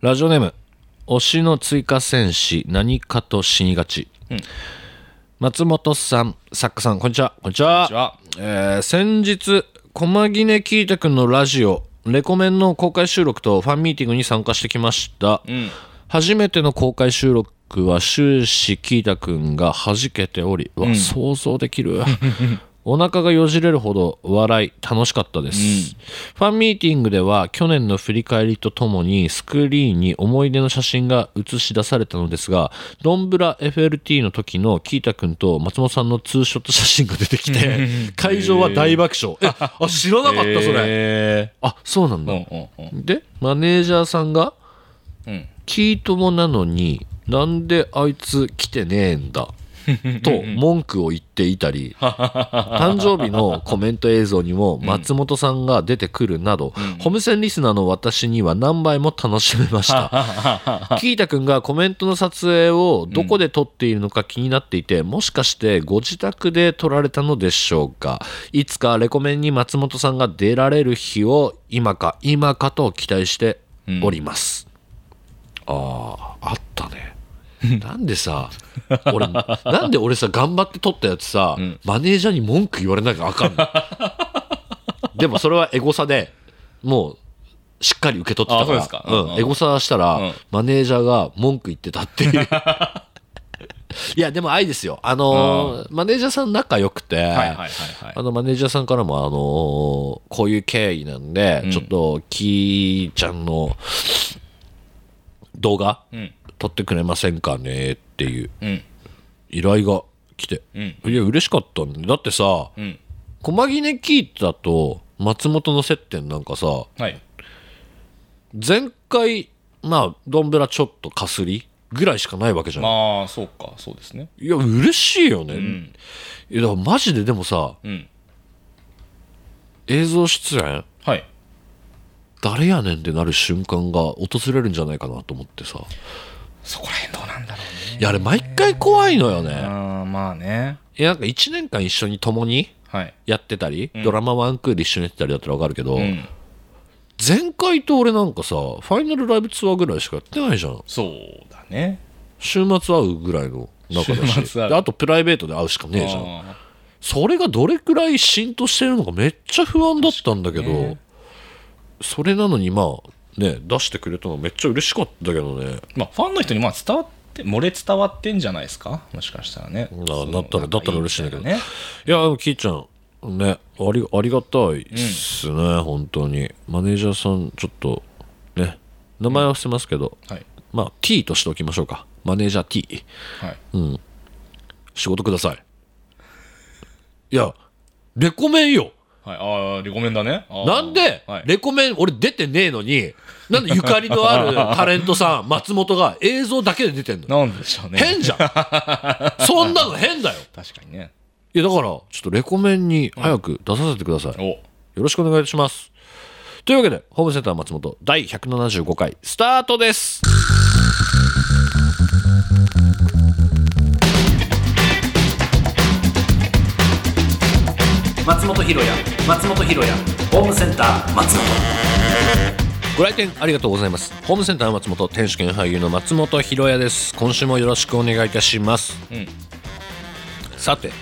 ラジオネーム推しの追加戦士何かと死にがち、松本さん、作家さん、こんにちは。こんにちは。先日駒木根キータくんのラジオレコメンの公開収録とファンミーティングに参加してきました、初めての公開収録は終始キータくんが弾けており、想像できるお腹がよじれるほど笑い楽しかったです、ファンミーティングでは去年の振り返りとともにスクリーンに思い出の写真が映し出されたのですが、ドンブラ FLT の時のキータくんと松本さんのツーショット写真が出てきて会場は大爆笑。知らなかったそれ。そうなんだ、でマネージャーさんが、キートモなのになんであいつ来てねえんだと文句を言っていたり誕生日のコメント映像にも松本さんが出てくるなど、ホームセンリスナーの私には何倍も楽しめましたキータくんがコメントの撮影をどこで撮っているのか気になっていて、もしかしてご自宅で撮られたのでしょうか。いつかレコメンに松本さんが出られる日を今かと期待しております、あったねなんで俺さ頑張って撮ったやつさ、マネージャーに文句言われなきゃあかんのでもそれはエゴサでもうしっかり受け取ってたから。そうですか、エゴサしたら、マネージャーが文句言ってたっていういやでも愛ですよ。マネージャーさん仲良くて、マネージャーさんからもこういう経緯なんで、ちょっとキーちゃんの動画、撮ってくれませんかねっていう依頼が来て、いや嬉しかったんで。だってさ、駒木根キータと松本の接点なんかさ、前回ドンブラちょっとかすりぐらいしかないわけじゃん。 そうか、そうですね。 いや嬉しいよね、いやだからマジででもさ、映像出演、誰やねんってなる瞬間が訪れるんじゃないかなと思ってさ。 そこら辺どうなんだろうね。 いやあれ毎回怖いのよね。いやなんか1年間一緒に共にやってたり、ドラマワンクール一緒にやってたりだったら分かるけど、前回と俺なんかさファイナルライブツアーぐらいしかやってないじゃん。 そうだね。 週末会うぐらいの仲だし、であとプライベートで会うしかねえじゃん。それがどれくらい浸透してるのかめっちゃ不安だったんだけど、それなのに出してくれたのめっちゃ嬉しかったけどね。 ファンの人に漏れ伝わってんじゃないですか、もしかしたらね。 だったら嬉しいんだけどね。いやキーちゃんね、ありがたいっすね、本当に。マネージャーさんちょっとね名前は伏せますけど、T としておきましょうか。マネージャー T、仕事ください。いやレコメンよ。 レコメンだね。 なんで、レコメン俺出てねえのに、なんでゆかりのあるタレントさん松本が映像だけで出てんの。 なんでしょうね。 変じゃんそんなの変だよ。 確かにね。 いやだからちょっとレコメンに早く出させてください、よろしくお願いします。というわけでホームセンター松本第175回スタートです。 松本ひろやホームセンター松本。 ご来店ありがとうございます。ホームセンター松本天主兼俳優の松本ひろやです。今週もよろしくお願いいたします、さて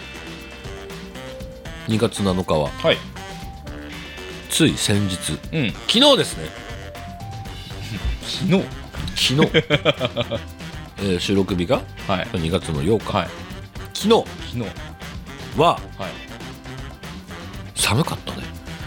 2月7日は、つい先日、昨日ですね昨日収録日が、2月の8日、昨日は、寒かったね。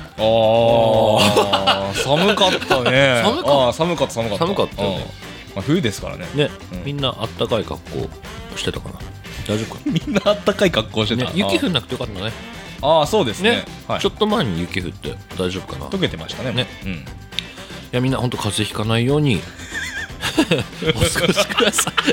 寒かったね。寒かったよね。冬ですからね。 みんなあったかい格好してたかな。大丈夫かな。 みんなあったかい格好してた。 雪降んなくてよかったね。 そうですね。 ちょっと前に雪降って大丈夫かな。 溶けてましたね。 いやみんな本当風邪ひかないようにお過ごしください。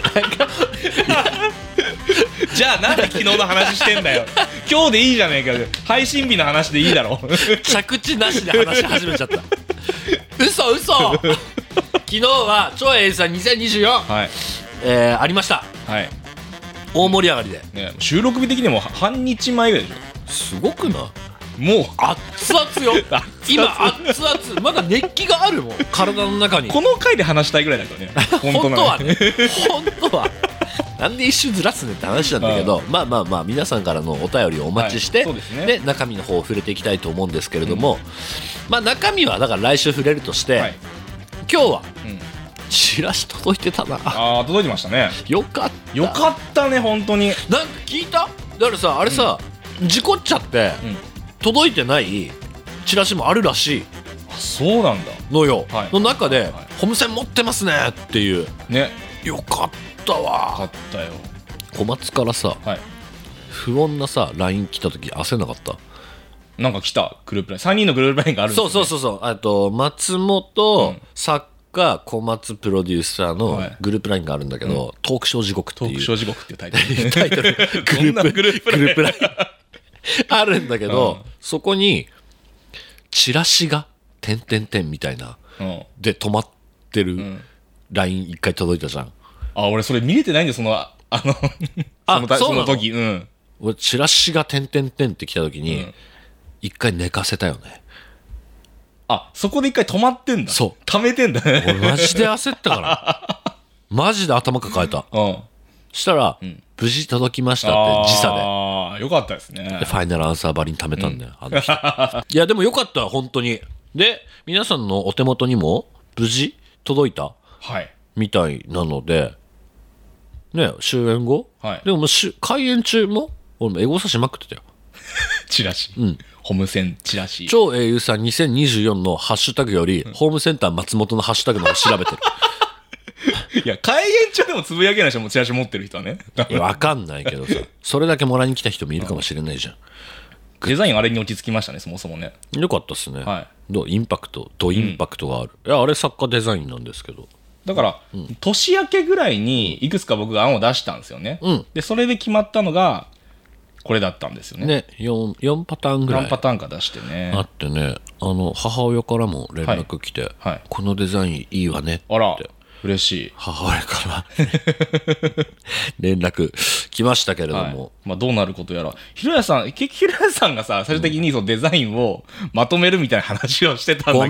じゃあなんで昨日の話してんだよ。今日でいいじゃねえか。配信日の話でいいだろ。 着地なしで話し始めちゃった嘘昨日は超英さん2024、ありました、大盛り上がりで、 収録日的にも半日前ぐらいでしょ。 すごくない？ もう熱々よ今熱々まだ熱気があるもん体の中に。 この回で話したいぐらいだからね本当はね本当はなんで一瞬ずらすねって話なんだけど、まあ皆さんからのお便りをお待ちして、 そうですね、 で中身の方を触れていきたいと思うんですけれども、中身はだから来週触れるとして、今日は、チラシ届いてたな。 届いてましたね。 よかったよかったね本当に。 なんか聞いた？だからさあれさ、事故っちゃって、届いてないチラシもあるらしい。 そうなんだのよ、の中で、ホームセン持ってますねっていうね。 よかったわ。 よかったよ。 小松からさ、不穏なさ LINE 来た時焦んなかった？ なんか来たグループライン、3人のグループラインがあるんですよね。 そう松本、作家小松プロデューサーのグループラインがあるんだけど、トークショー地獄っていうトークショー地獄っていうタイトルグループラインあるんだけど、そこにチラシが点々点みたいな、で止まってる LINE 一回届いたじゃん。 俺それ見れてないんだよその時。 俺チラシが点々点って来た時に一回寝かせたよね。 そこで一回止まってんだ。 そう溜めてんだね。 俺マジで焦ったからマジで頭抱えた。したら、無事届きましたって時差で。 よかったですね。 でファイナルアンサーばりに貯めたんだよ、あの人いやでもよかった本当に。で皆さんのお手元にも無事届いた、みたいなのでね、終演後、でも開演中も俺もエゴサしまくってたよチラシ、ホームセンチラシ超英雄さん2024のハッシュタグより、ホームセンター松本のハッシュタグの方調べてるいや開演中でもつぶやけない人もチラシ持ってる人はねいや分かんないけどさそれだけもらいに来た人もいるかもしれないじゃん。 デザインあれに落ち着きましたねそもそもね。 よかったっすね、どうインパクトドインパクトがある、いやあれ作家デザインなんですけど、だから、年明けぐらいにいくつか僕が案を出したんですよね、でそれで決まったのがこれだったんですよね。 4パターンぐらい何パターンか出してねあってね、母親からも連絡来て、このデザインいいわねって。 あら嬉しい。 母親から連絡来ましたけれども、 どうなることやら。ひろやさんがさ最終的にそのデザインをまとめるみたいな話をしてたんだけど、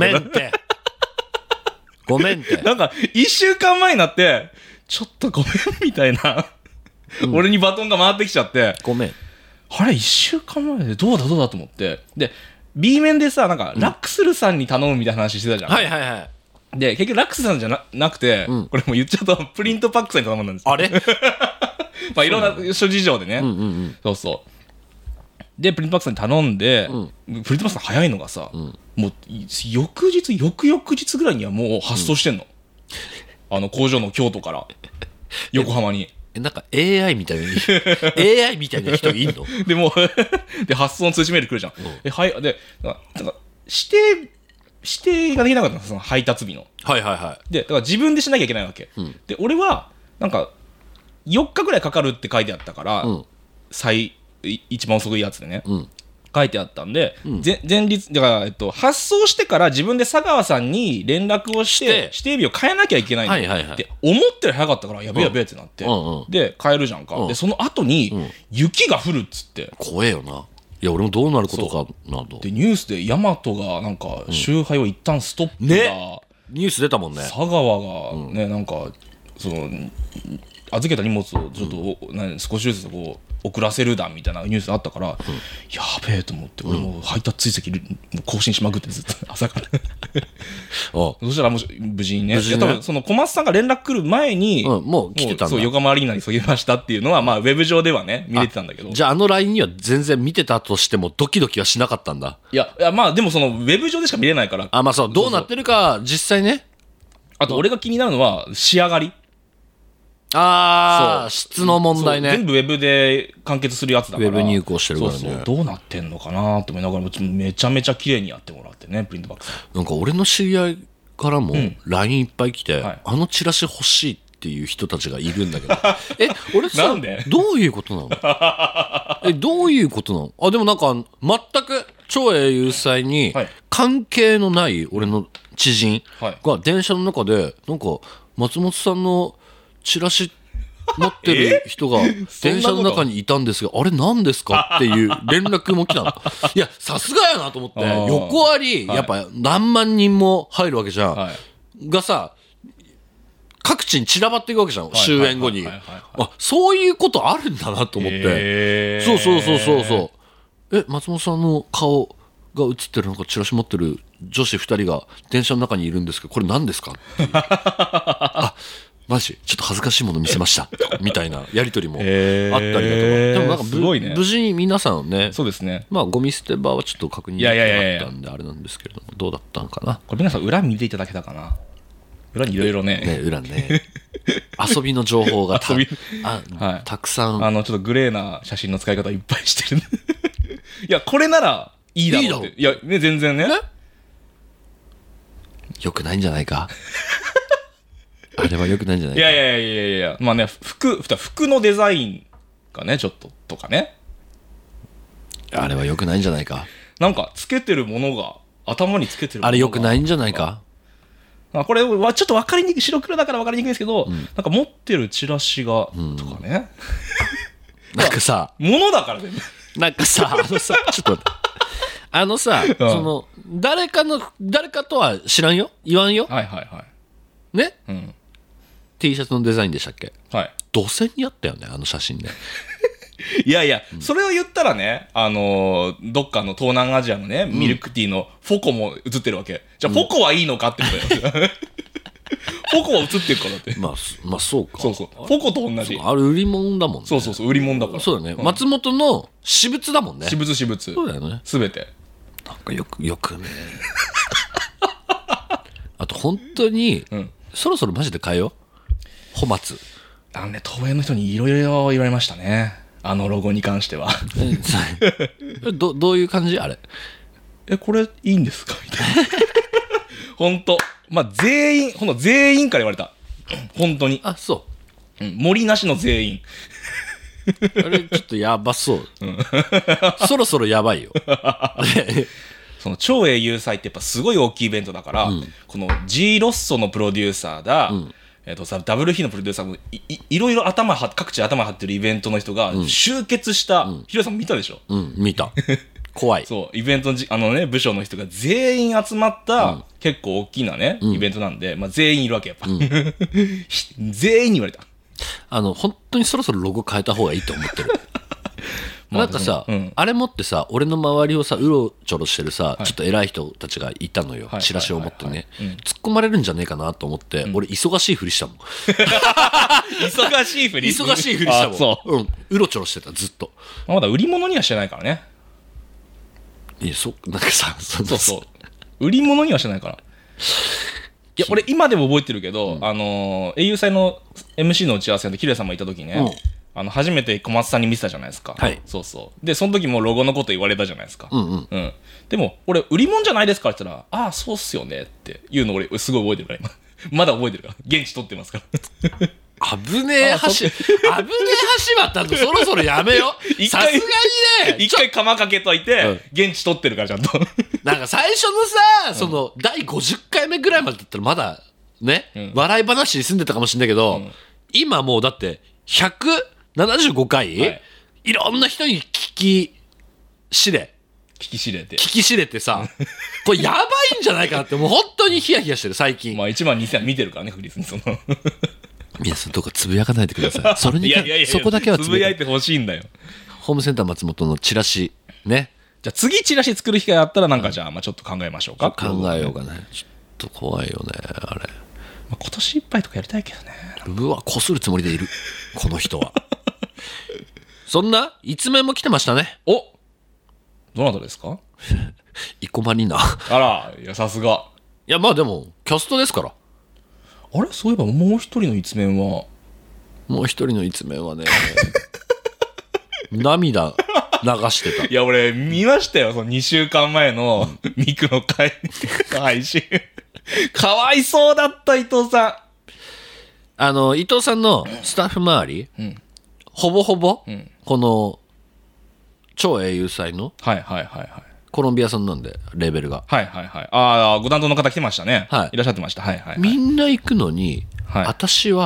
ごめんってなんか1週間前になってちょっとごめんみたいな、俺にバトンが回ってきちゃって、 ごめんあれ1週間前でどうだと思って、で B 面でさなんか、ラックスルさんに頼むみたいな話してたじゃん。で結局ラックスさんじゃ なくて、これもう言っちゃうとプリントパックさんに頼んだんですよ。 あれいろんな諸事情でね、そうそうでプリントパックさんに頼んで、プリントパックさん早いのがさ、もう翌々日ぐらいにはもう発送してんの、工場の京都から横浜になんか AI みたいな人いんのでもで発送の通知メール来るじゃん、でなんか指定ができなかったのその配達日の。でだから自分でしなきゃいけないわけ、で俺はなんか4日ぐらいかかるって書いてあったから、一番遅いやつでね、書いてあったんで、前日だから、発送してから自分で佐川さんに連絡をして指定日を変えなきゃいけないんだって思ったら早かったからやべえってなって、で変えるじゃんか、でその後に雪が降るっつって、 怖えよな。いや俺もどうなることかなと。 でニュースでヤマトがなんか集配を一旦ストップが、 ニュース出たもんね。 佐川がね、なんかその預けた荷物をちょっと、少しずつこう遅らせるだみたいなニュースがあったから、やべえと思って俺も配達追跡更新しまくってずっと朝からそしたらもう無事にね、多分その小松さんが連絡来る前に、 もう来てたんだ。 そう横浜アリーナに急ぎましたっていうのはウェブ上ではね見れてたんだけど、 じゃあLINE には全然見てたとしてもドキドキはしなかったんだ。 いやでもそのウェブ上でしか見れないから、 そうどうなってるか実際ね。 あと俺が気になるのは仕上がり、 質の問題ね。 全部ウェブで完結するやつだから、 ウェブ入稿してるからね。 そうどうなってんのかなと思いながらめちゃめちゃ綺麗にやってもらってね、プリントバックさん。 なんか俺の知り合いからも LINE いっぱい来て、あのチラシ欲しいっていう人たちがいるんだけど俺さなんでどういうことなのどういうことなの。でもなんか全く超英雄祭に関係のない俺の知人が電車の中でなんか松本さんのチラシ持ってる人が電車の中にいたんですが、あれ何ですかっていう連絡も来たの。いや、さすがやなと思って、横あり、やっぱ何万人も入るわけじゃん。はい、がさ、各地に散らばっていくわけじゃん、終演後に。あ、そういうことあるんだなと思って。そう。松本さんの顔が映ってるなんかチラシ持ってる女子2人が電車の中にいるんですけど、これ何ですかっていう。あ、マジちょっと恥ずかしいもの見せましたみたいなやり取りもあったりだとか。でもなんかすごいね、 無事に皆さんね。 そうですね。 まあゴミ捨て場はちょっと確認できなかったんであれなんですけれども、どうだったのかな。 これ皆さん裏見ていただけたかな。裏にいろいろね。 裏ね。遊びの情報がたくさん。 ちょっとグレーな写真の使い方いっぱいしてる。いや、これならいいだろうって。いや、ね、全然ね。 よくないんじゃないか。あれはよくないんじゃないか。 いや。まあね、服のデザインがね、ちょっと、とかね。 あれはよくないんじゃないか。 なんか、つけてるものが、頭につけてるものが。 あれよくないんじゃないか。 これはちょっと分かりにくい、白黒だから分かりにくいんですけど、なんか持ってるチラシが、とかね。 なんかさ、 物だからね。 なんかさ、ちょっとその、誰かとは知らんよ、言わんよ。ね、T シャツのデザインでしたっけ。土線にあったよね、あの写真ね。 いや、それを言ったらね、どっかの東南アジアのね、ミルクティーのフォコも映ってるわけ。じゃあ、フォコはいいのかってことだよ。フォコは映ってるからって。 まあ、そうか。 そう。フォコと同じ。 あれ、売り物だもんね。 そう、売り物だから。 そうだね。松本の私物だもんね。 私物。 そうだよね。 すべて。 なんかよくね。あと、本当に、そろそろマジで変えよう。穂松。 東映の人にいろいろ言われましたね。あのロゴに関しては。 どういう感じあれ。 これいいんですかみたいな。本当。まあ全員から言われた。本当に。 あ、そう。 森なしの全員。 あれちょっとやばそう。そろそろやばいよ。 その超英雄祭ってやっぱすごい大きいイベントだから、この G ロッソのプロデューサーだ、ダブルヒのプロデューサーもいろいろ各地頭張ってるイベントの人が集結した、ヒロさんも見たでしょ。 見た。怖い。 そう、イベントの部署の人が全員集まった、結構大きなね、イベントなんで、まあ全員いるわけやっぱ。全員に言われた。 本当にそろそろロゴ変えた方がいいと思ってる。なんかさ、あれ持ってさ、俺の周りをさ、うろちょろしてるさ、ちょっと偉い人たちがいたのよ。チラシを持ってね。突っ込まれるんじゃねえかなと思って、俺忙しいふりしたもん。 忙しいふりしたもん。そう。うろちょろしてた、ずっと。 まだ売り物にはしてないからね。 いや、なんかさ、 そう。売り物にはしてないから。いや、俺今でも覚えてるけど、英雄祭の MC の打ち合わせでキレイさんもいた時ね、初めて小松さんに見せたじゃないですか。そう。で、その時もロゴのこと言われたじゃないですか。でも、俺、売り物じゃないですかって言ったら、ああ、そうっすよねっていうの俺、すごい覚えてるから、今。まだ覚えてるから。現地取ってますから。 危ねえ橋渡るのそろそろやめよ。さすがにね。 一回釜かけといて、現地取ってるから、ちゃんと。 なんか最初のさ、その、第50回目ぐらいまでだったらまだ、ね、笑い話に住んでたかもしれないけど、今もうだって、175回、いろんな人に聞き知れてさ、これやばいんじゃないかなって、もう本当にヒヤヒヤしてる最近。 まあ1万2000見てるからね、フリーズにその。 皆さんどうかつぶやかないでください。それにそこだけはつぶやいてほしいんだよ。 ホームセンター松本のチラシね。 じゃあ次チラシ作る機会あったらなんかじゃあまあちょっと考えましょうか。 考えようかね。ちょっと怖いよねあれ。 まあ、今年いっぱいとかやりたいけどね。 うわ、こするつもりでいるこの人は。そんな一面も来てましたね。 お、どなたですか？ 生駒里奈。 あら、いやさすが。 いやまあでもキャストですから。 あれ、そういえばもう一人の一面はね涙流してた。 いや俺見ましたよ、その2週間前のミクの配信。かわいそうだった伊藤さん。伊藤さんのスタッフ周り、ほぼほぼ、この超英雄祭のコロンビアさんなんでレベルがああご担当の方来てましたね。いらっしゃってました。 みんな行くのに、私は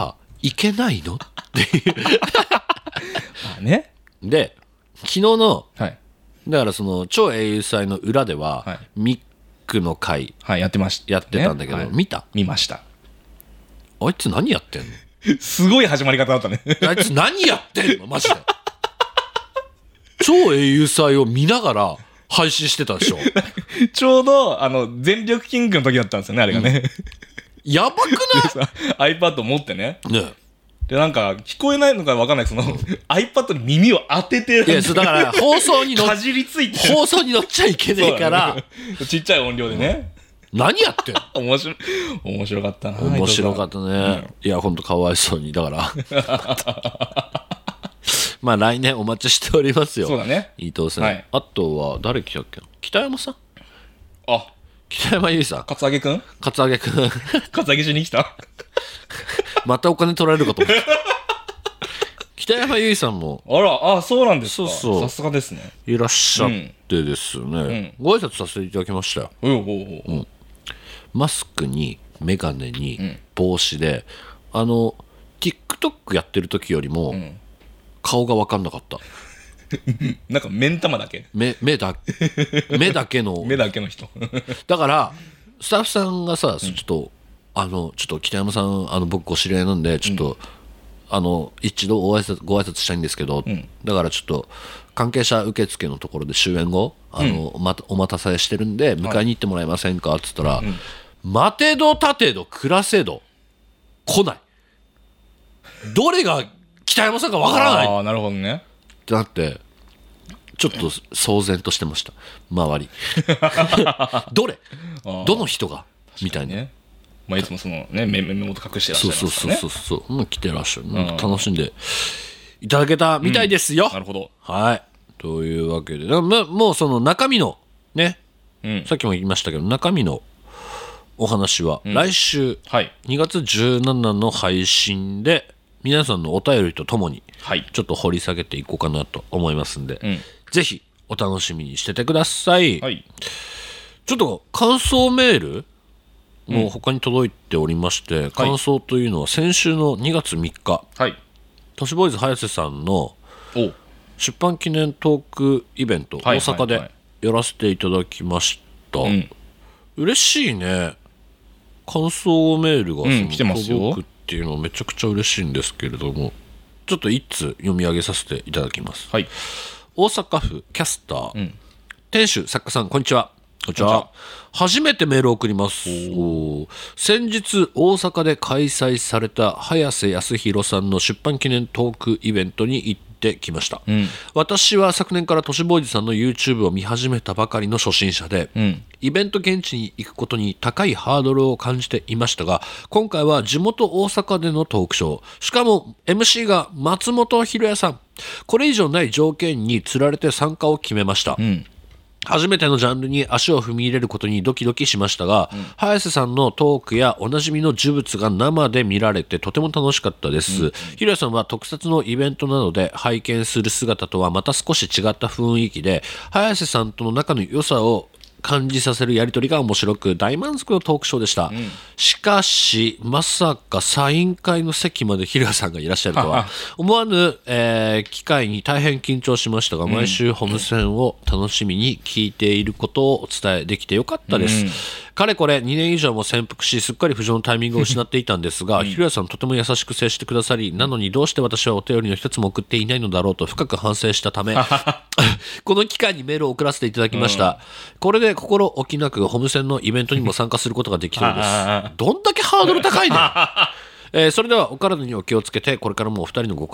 いけないのっていうまあね。 で昨日の、 はい、 だからその超英雄祭の裏では、はい、ミックの会、 はい、やってました、 ね、やってたんだけど、はい、見ました。 あいつ何やってんのすごい始まり方だったねあいつ何やってんのマジで超英雄祭を見ながら配信してたでしょちょうど全力キングの時だったんですよね、あれがね、 やばくない iPad 持ってねでなんか聞こえないのか分かんないけどiPad に耳を当てていやそうだから放送にかじりついて放送に乗っちゃいけないから、ね、 ちっちゃい音量でね、 何やってんの面白かったな。 面白かったね、いやほんとかわいそうにだからまあ来年お待ちしておりますよ。 そうだね、 伊藤さん、はい、あとは誰来たっけ、北山さん、北山由衣さん、 カツアゲくんカツアゲしに来たまたお金取られるかと思った北山由衣さんもそうなんですか。 そうさすがですね。 いらっしゃってですね、ご挨拶させていただきましたよ。マスクにメガネに帽子で、TikTok やってる時よりも顔が分かんなかったなんか目ん玉だけ目だけの目だけの人だからスタッフさんがさ、ちょっと北山さん僕ご知り合いなんでちょっと、一度ご挨拶したいんですけど、だからちょっと関係者受付のところで終演後お待たせしてるんで迎えに行ってもらえませんかっつったら、待てど立てど暮らせど来ない、どれが北山さんかわからない。 なるほどね。 ってなってちょっと騒然としてました周りどの人がみたいな、 まあ、いつもそのね目元隠してらっしゃいますからね。 そう来てらっしゃる、なんか楽しんでいただけたみたいですよ、 なるほど。 はい、というわけでもうその中身のね、さっきも言いましたけど中身のお話は来週2月17の配信で皆さんのお便りとともにちょっと掘り下げていこうかなと思いますんで、ぜひお楽しみにしててください、ちょっと感想メールも他に届いておりまして、感想というのは先週の2月3日、都市ボーイズ早瀬さんの出版記念トークイベント、大阪でやらせていただきました、嬉しいね、感想メールが来てますよ届くっていうのはめちゃくちゃ嬉しいんですけれども、ちょっと一通読み上げさせていただきます、大阪府キャスター、店主作家さんこんにちは。こんにちは。初めてメールを送ります。先日大阪で開催された早瀬康弘さんの出版記念トークイベントに行ってきました、私は昨年から都市ボーイズさんの YouTube を見始めたばかりの初心者で、イベント現地に行くことに高いハードルを感じていましたが、今回は地元大阪でのトークショー、しかも MC が松本ひろやさん、これ以上ない条件につられて参加を決めました、初めてのジャンルに足を踏み入れることにドキドキしましたが、早瀬さんのトークやおなじみの呪物が生で見られてとても楽しかったです、ひろやさんは特撮のイベントなどで拝見する姿とはまた少し違った雰囲気で、早瀬さんとの仲の良さを感じさせるやり取りが面白く大満足のトークショーでした、しかしまさかサイン会の席までひろやさんがいらっしゃるとは思わぬ、機会に大変緊張しましたが、毎週ホームセンを楽しみに聞いていることをお伝えできてよかったです、かれこれ2年以上も潜伏しすっかり浮上のタイミングを失っていたんですが、ひろやさんとても優しく接してくださり、なのにどうして私はお便りの一つも送っていないのだろうと深く反省したためこの機会にメールを送らせていただきました、これで心置きなくホームセンのイベントにも参加することができるんですどんだけハードル高いねそれではお体にお気をつけて、これからもお二人の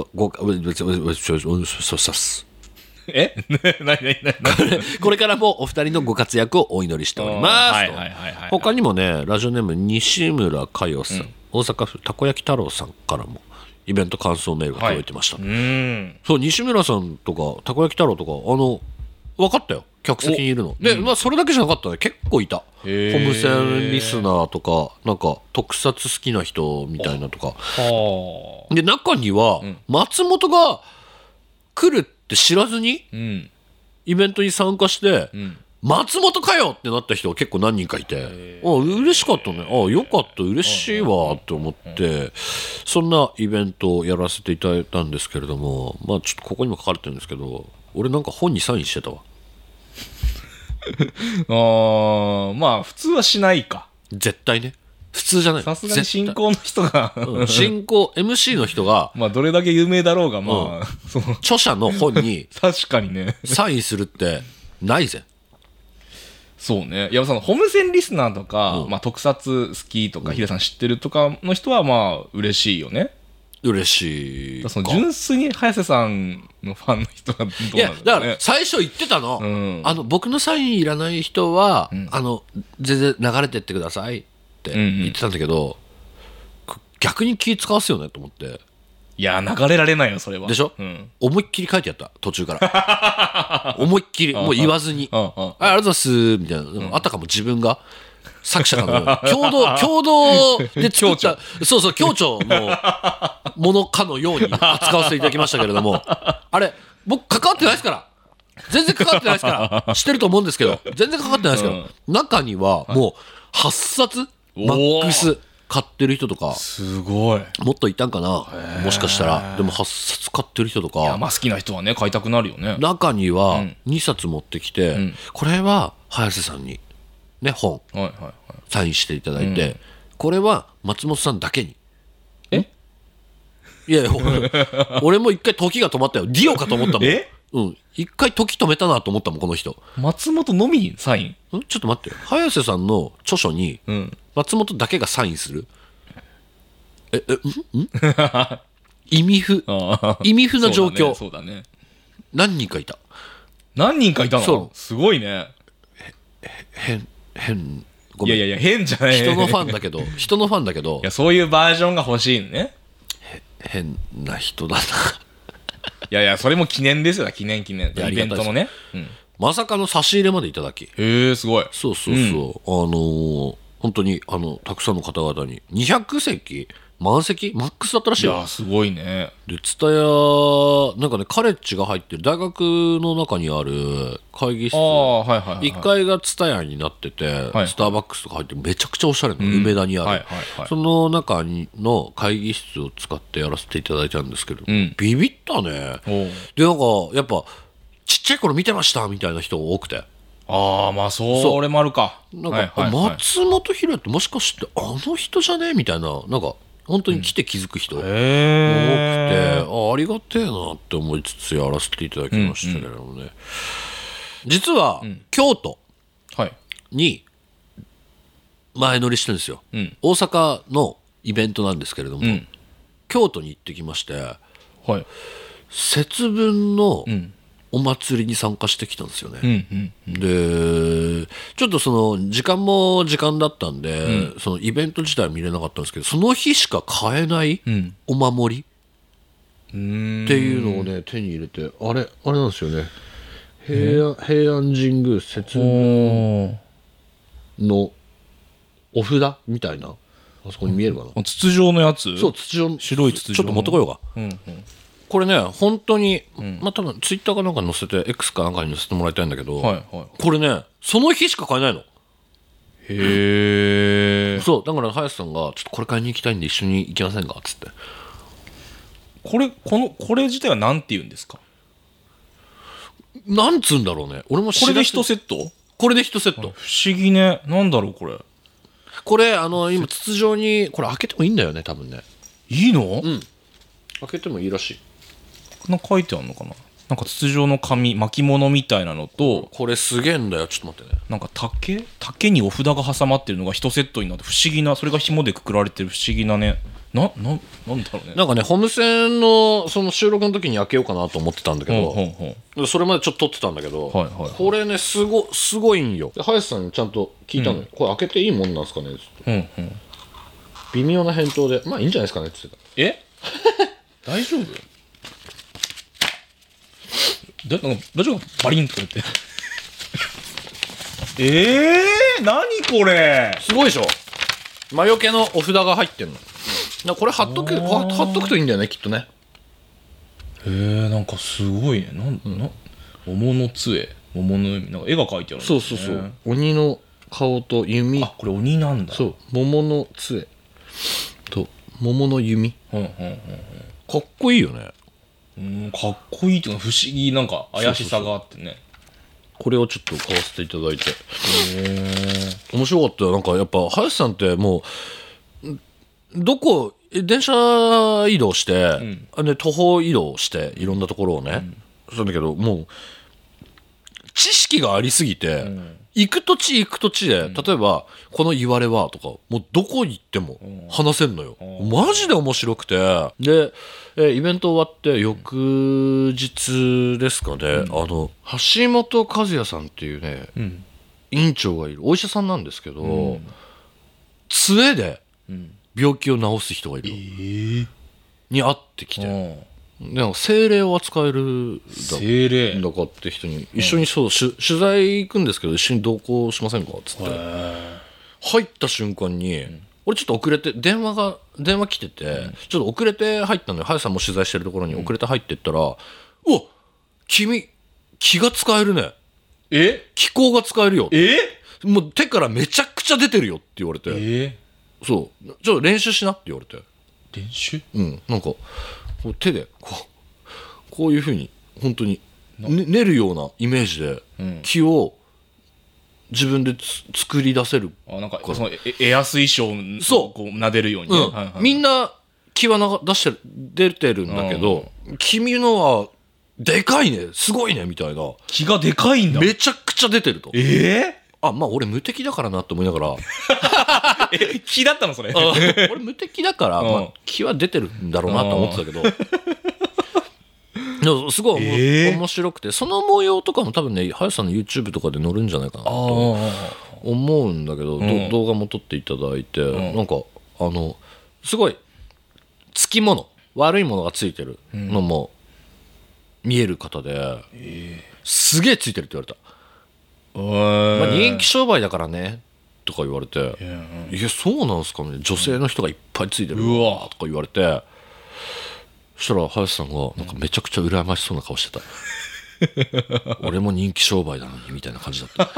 これからもお二人のご活躍をお祈りしておりますと。他にもね、ラジオネーム西村佳代さん、大阪府たこ焼き太郎さんからもイベント感想メールが届いてました、そう西村さんとかたこ焼き太郎とか分かったよ、客席にいるので、それだけじゃなかったね、結構いた。ホームセンリスナーとかなんか特撮好きな人みたいなとかで、中には松本が来るって知らずにイベントに参加して、松本かよってなった人が結構何人かいて、嬉しかったね、よかった、嬉しいわって思って、 そんなイベントをやらせていただいたんですけれども、まあちょっとここにも書かれてるんですけど、俺なんか本にサインしてたわ。 まあ普通はしないか。 絶対ね。普通じゃない。 さすがに進行の人が、 進行 MC の人がまあどれだけ有名だろうが、まあ、その著者の本に確かにねサインするってないぜ。 そうね。いや、そのホームセンリスナーとか、まあ特撮好きとか、ヒデさん知ってるとかの人はまあ嬉しいよね。 嬉しいか。 その純粋に早瀬さんのファンの人がどうなんだろうね。 いやだから最初言ってたの、僕のサインいらない人は、全然流れてってくださいって言ってたんだけど、逆に気使わすよねと思って。 いや流れられないよそれは。 でしょ、思いっきり書いてやった途中から思いっきりもう言わずにありがとうございますみたいな、あたかも自分が作者かの共同で作ったそうそう共著のものかのように扱わせていただきましたけれども、あれ僕関わってないですから、全然関わってないですから知ってると思うんですけど、全然関わってないですけど、中にはもう8冊マックス買ってる人とか、 すごい。 もっといたんかな、もしかしたら。でも8冊買ってる人とか、 いやまあ好きな人はね買いたくなるよね。 中には2冊持ってきて、これは早瀬さんにね本サインしていただいて、これは松本さんだけに。いや俺も一回時が止まったよ。ディオかと思ったもん。一回時止めたなと思ったもんこの人。 松本のみにサイン？ ちょっと待ってよ、早瀬さんの著書に松本だけがサインする？意味不な状況。 そうだね。 何人かいた。 何人かいたの？ そうすごいね。 変ごめん。 いや変じゃない。 人のファンだけどいやそういうバージョンが欲しいね。 変な人だな。 いやそれも記念ですよ。記念イベントのね、 まさかの差し入れまでいただき。 すごい。 そう、本当にたくさんの方々に200席満席マックスだったらしいよ。 いやすごいね。 でツタヤなんかねカレッジが入ってる大学の中にある会議室、1階がツタヤになってて、スターバックスとか入ってめちゃくちゃおしゃれな、梅田にある、その中の会議室を使ってやらせていただいたんですけど、ビビったね。でなんかやっぱちっちゃい頃見てましたみたいな人が多くて。 まあそれもあるか。 なんか、松本博ってもしかしてあの人じゃねみたいな、なんか本当に来て気づく人多くて、ありがてえなって思いつつやらせていただきましたけれどもね、実は、京都に前乗りしてるんですよ、大阪のイベントなんですけれども、京都に行ってきまして、節分のお祭りに参加してきたんですよね、でちょっとその時間も時間だったんで、そのイベント自体は見れなかったんですけど、その日しか買えないお守りっていうのをね手に入れて、あれなんですよね、平安神宮節分のお札みたいな、あそこに見えるかな、 筒状のやつ。 そう筒状、 白い筒状。 ちょっと持ってこようか、これね本当に、多分ツイッターかなんかに載せて X かなんかに載せてもらいたいんだけど、これねその日しか買えないの。そうだから林さんがちょっとこれ買いに行きたいんで一緒に行きませんかっつって。 これ自体は何て言うんですか？ なんつうんだろうね、俺も知らない。 これで1セット？ これで1セット。 不思議ね。なんだろうこれ。 これ今筒状にこれ開けてもいいんだよね多分ね。 いいの？ 開けてもいいらしい。 なんか書いてあるのかな。なんか筒状の紙巻物みたいなのと、 これすげえんだよ。ちょっと待ってね。 なんか竹にお札が挟まってるのが1セットになって不思議な、それが紐でくくられてる不思議なね。なんだろうね。 なんかねホームセンのその収録の時に開けようかなと思ってたんだけど、それまでちょっと撮ってたんだけど、これねすごいんよ。で林さんにちゃんと聞いたのよ、これ開けていいもんなんですかねっつって、微妙な返答でまあいいんじゃないですかねっつってた。 大丈夫？なんかラジオがバリンとか言って何これすごいでしょ。魔除けのお札が入ってんの。これ貼っとくといいんだよねきっとね。 なんかすごいね。桃の杖、桃のなんか絵が描いてあるんですね。 そう鬼の顔と弓。 これ鬼なんだ。 そう桃の杖と桃の弓、かっこいいよね。 かっこいいっていうか不思議、なんか怪しさがあってね。 これをちょっと買わせていただいて面白かったよ。なんかやっぱ林さんってもうどこ電車移動して、で徒歩移動していろんなところをね、そうだけどもう知識がありすぎて、行く土地で、例えばこの言われはとかもうどこ行っても話せんのよ。マジで面白くて、で、イベント終わって翌日ですかね、橋本和也さんっていうね、院長がいるお医者さんなんですけど、杖で病気を治す人がいるの、に会ってきて、なんか精霊を扱える精霊だかって人に一緒に取材行くんですけど一緒に同行しませんかっつって入った瞬間に、俺ちょっと遅れて電話来てて、ちょっと遅れて入ったのよ。林さんも取材してるところに遅れて入ってったら、お、君気が使えるね、気候が使えるよ、もう手からめちゃくちゃ出てるよって言われて、そうちょっと練習しなって言われて、 練習？ なんか手でこういう風に本当に練るようなイメージで木を自分で作り出せる。 なんかそのエア水晶をこう撫でるように、 みんな木は出てるんだけど、君のはでかいね、すごいねみたいな。 木がでかいんだ。 めちゃくちゃ出てると。まあ俺無敵だからなって思いながら木だったのそれ俺無敵だから、木は出てるんだろうなと思ってたけどすごい、面白くて、その模様とかも多分ね林さんの YouTube とかで載るんじゃないかなと思うんだけど、動画も撮っていただいて、なんかすごいつきもの悪いものがついてるのも見える方で、すげえついてるって言われた。人気商売だからねとか言われて、いやそうなんすかね、女性の人がいっぱいついてるわとか言われて、そしたら林さんがなんかめちゃくちゃ羨ましそうな顔してた俺も人気商売なのにみたいな感じだった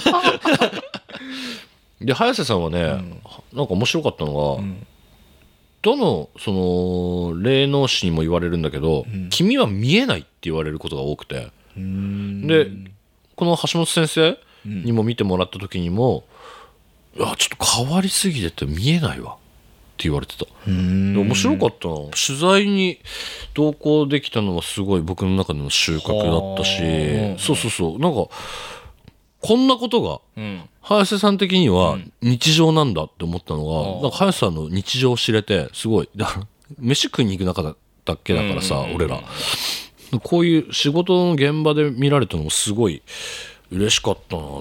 で早瀬さんはね、なんか面白かったのが、どのその霊能師にも言われるんだけど、君は見えないって言われることが多くて、でこの橋本先生にも見てもらった時にも、いやちょっと変わりすぎてて見えないわって言われてた。面白かったな。取材に同行できたのはすごい僕の中での収穫だったし、そうなんかこんなことが早瀬さん的には日常なんだって思ったのが、なんか早瀬さんの日常を知れて、すごいだから飯食いに行く中だけだからさ、俺らこういう仕事の現場で見られたのもすごい嬉しかったなと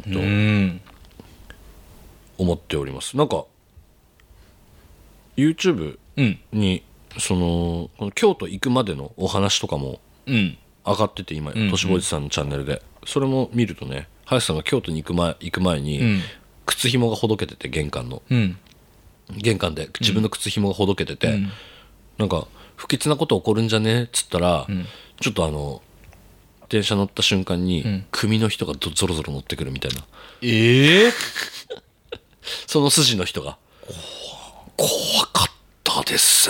思っております。なんか YouTube にこの京都行くまでのお話とかも上がってて、今都市ボイスさんのチャンネルでそれも見るとね、林さんが京都に行く前に靴紐がほどけてて、玄関で自分の靴紐がほどけてて、なんか不吉なこと起こるんじゃねっつったら、ちょっと電車乗った瞬間に組の人がゾロゾロ乗ってくるみたいな、その筋の人が怖かったです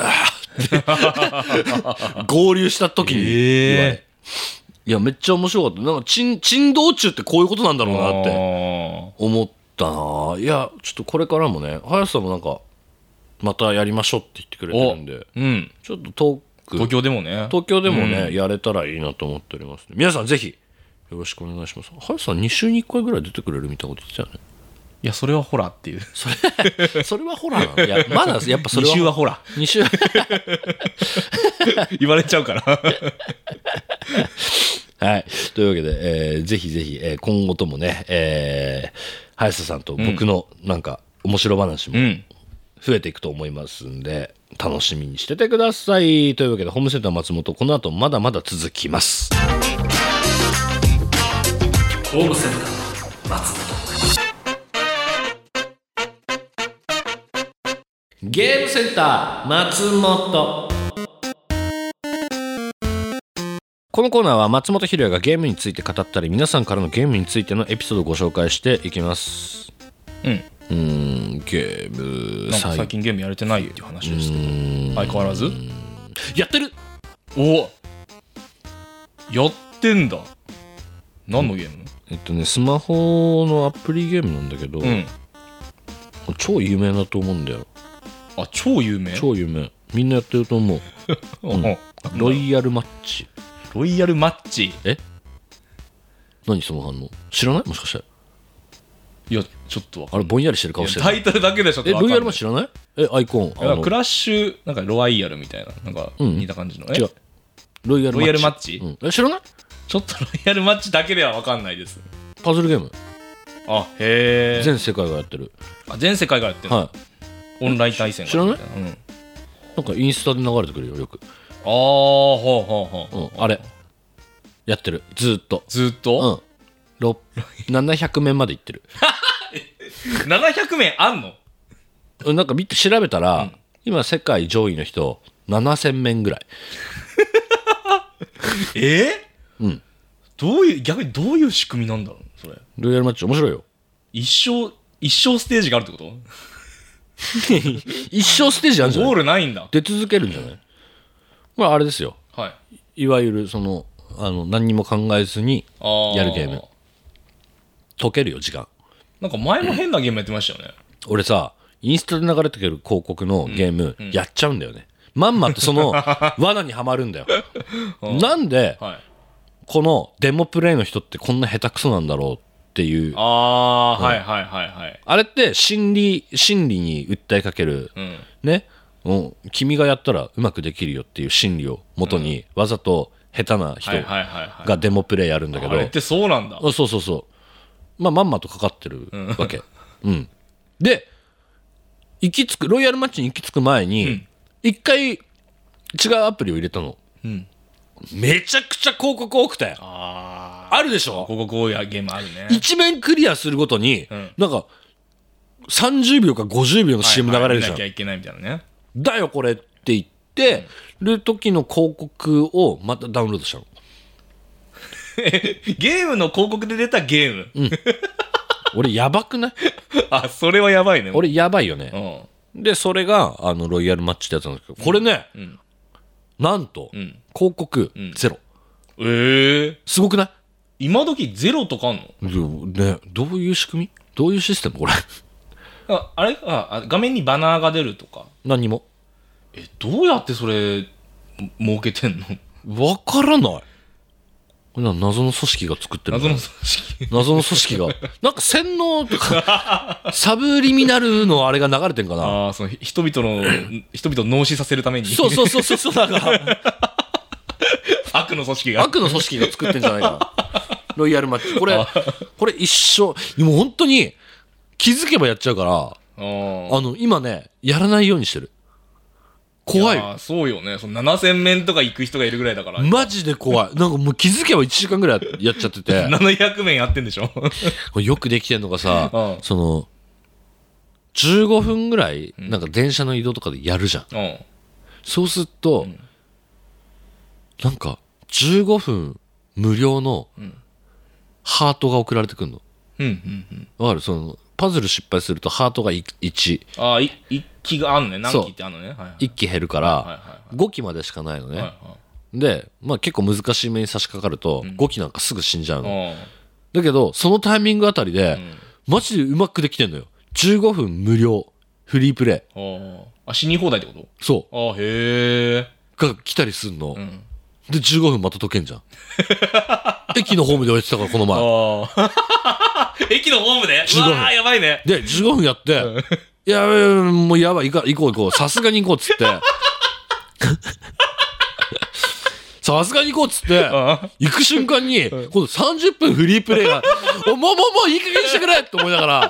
合流した時に言われ、いやめっちゃ面白かった。なんか珍道中ってこういうことなんだろうなって思ったな。いやちょっとこれからもね、林さんもなんかまたやりましょうって言ってくれてるんで、ちょっと東京でもね、 やれたらいいなと思っております、皆さんぜひよろしくお願いします。林さん2週に1回ぐらい出てくれるみたいなこと言ってたよね。 いやそれはホラーっていうそれはホラーなの。いやまだやっぱそれは 2週はホラー 2週言われちゃうからはい、というわけで、ぜひぜひ、今後ともね、林田さんと僕のなんか面白話も増えていくと思いますんで、楽しみにしててください。というわけでホームセンター松本、この後まだまだ続きます。 ホームセンター松本、 ゲームセンター松本。このコーナーは松本ひろやがゲームについて語ったり、皆さんからのゲームについてのエピソードをご紹介していきます。 ゲームなんか最近ゲームやれてないっていう話ですけど、相変わらずやってる。 おやってんだ。何のゲーム？ スマホのアプリゲームなんだけど、超有名だと思うんだよ。 あ、超有名？ 超有名。みんなやってると思う。ロイヤルマッチ。 ロイヤルマッチ。 何その反応？知らない？もしかして。 いや、ちょっとわかんない。 あれぼんやりしてる顔してる。 タイトルだけでちょっとわかんない。 ロイヤルマッチ知らない？アイコン。 クラッシュ、なんかロワイヤルみたいな、なんか似た感じの。 違う。ロイヤルマッチ。 知らない？ ちょっとロイヤルマッチだけではわかんないです。 パズルゲーム。 あ、へえ。 全世界がやってる。 あ、全世界がやってる。はい。オンライン対戦。 知らない？なんかインスタで流れてくるよ、よく。 ああ、ほう。 あれ。やってる。ずっと。700面までいってる。 700面あんの？ なんか調べたら、今世界上位の人7000面ぐらい。 逆にどういう仕組みなんだろうそれ。 ロイヤルマッチ面白いよ。 一生ステージがあるってこと？ 一生ステージあるんじゃない？ ゴールないんだ。 出続けるんじゃない？まああれですよ。 はい。 いわゆる何にも考えずにやるゲーム。解けるよ時間。 なんか前も変なゲームやってましたよね。 俺さ、インスタで流れてくる広告のゲームやっちゃうんだよね。まんまってその罠にはまるんだよ。なんで、このデモプレイの人ってこんな下手くそなんだろうっていう。あれって心理に訴えかける、ね、君がやったらうまくできるよっていう心理を元に、わざと下手な人がデモプレイやるんだけど。 あれってそうなんだ。 そう。まんまとかかってるわけ。で、ロイヤルマッチに行き着く前に、一回違うアプリを入れたの。めちゃくちゃ広告多くて。あるでしょ？ 広告多いゲームあるね。 一面クリアするごとに、なんか、30秒か50秒の CM 流れるじゃん。 見なきゃいけないみたいなね。 だよこれって言ってる時の広告をまたダウンロードしたの。 ゲームの広告で出たゲーム。 俺やばくない？ あ、それはやばいね。 俺やばいよね。で、それがロイヤルマッチってやつなんですけど、これね、なんと、広告ゼロ。すごくない？ 今時ゼロとかあんの？ ね、どういう仕組み？どういうシステムこれ？ あれ画面にバナーが出るとか？ 何にも。 どうやってそれ儲けてんの？ わからない。これ謎の組織が作ってる。謎の組織が。なんか洗脳とか、サブリミナルのあれが流れてんかな。 その人々を脳死させるために。 そう。なんか悪の組織が作ってんじゃないかな。ロイヤルマッチ。これ一生、もう本当に気づけばやっちゃうから、今ね、やらないようにしてる。怖い。 そうよね。その7000面とか行く人がいるぐらいだから。 マジで怖い。なんかもう気づけば1時間ぐらいやっちゃってて。 700面やってんでしょ？ これよくできてんのがさ、15分ぐらい、なんか電車の移動とかでやるじゃん。そうすると、なんか15分無料のハートが送られてくるの。わかる？パズル失敗するとハートが1。 1機があんね。何機ってあんのね。 1機減るから、5機までしかないのね。で、まあ結構難しい目に差し掛かると、5機なんかすぐ死んじゃうの。だけど、そのタイミングあたりで、マジでうまくできてんのよ。15分無料、フリープレイ。 死に放題ってこと？ そう。 へえ。 が来たりすんの。で、15分また解けんじゃん。駅のホームで置いてたから、この前。 駅のホームで？うわー、やばいね。 で、15分やって、いや、もうやばい、行こう。さすがに行こうっつって。さすがに行こうっつって、行く瞬間に、今度30分フリープレイが、もういい加減にしてくれって思いながら。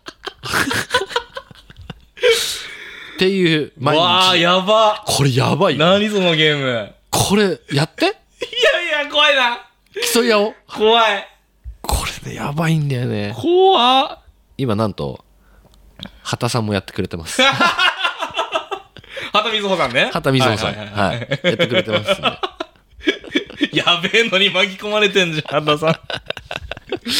っていう毎日。わー、やば。 これやばいよ。 何そのゲーム。 これ、やって？いや、怖いな。 競い合おう。 怖い。 これね、やばいんだよね。 怖っ。 今なんと、畑さんもやってくれてます。 畑瑞穂さんね。 畑瑞穂さん。はい。やってくれてます、ね。 やべえのに巻き込まれてんじゃん、畑さん。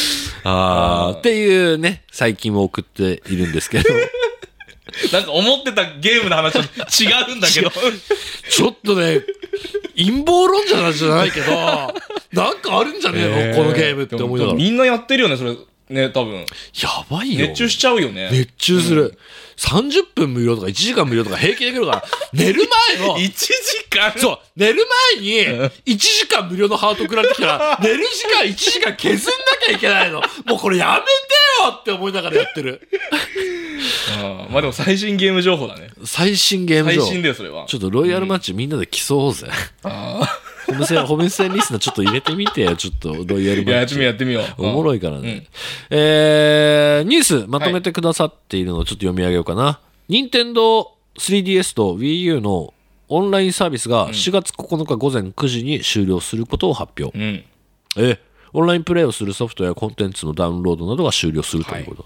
っていうね、最近も送っているんですけど。 なんか思ってたゲームの話と違うんだけど。 ちょっとね、陰謀論者なんじゃないけど、なんかあるんじゃねえの、このゲームって思いながら。 みんなやってるよね、それ。ね、多分。 やばいよ。 熱中しちゃうよね。 熱中する。30分無料とか1時間無料とか平気できるから、寝る前の。 1時間そう、寝る前に1時間無料のハート送られてきたら、寝る時間1時間削んなきゃいけないの。もうこれやめてよって思いながらやってる。 まあでも最新ゲーム情報だね。 最新ゲーム情報。 最新だよ、それは。 ちょっとロイヤルマッチみんなで競おうぜ。ホームセンリスナーちょっと入れてみてよ、ちょっとロイヤルマッチ。 やってみよう。 おもろいからね。ニュースまとめてくださっているのをちょっと読み上げようかな。任天堂 3DS と Wii U のオンラインサービスが4月9日午前9時に終了することを発表。オンラインプレイをするソフトやコンテンツのダウンロードなどが終了するということ。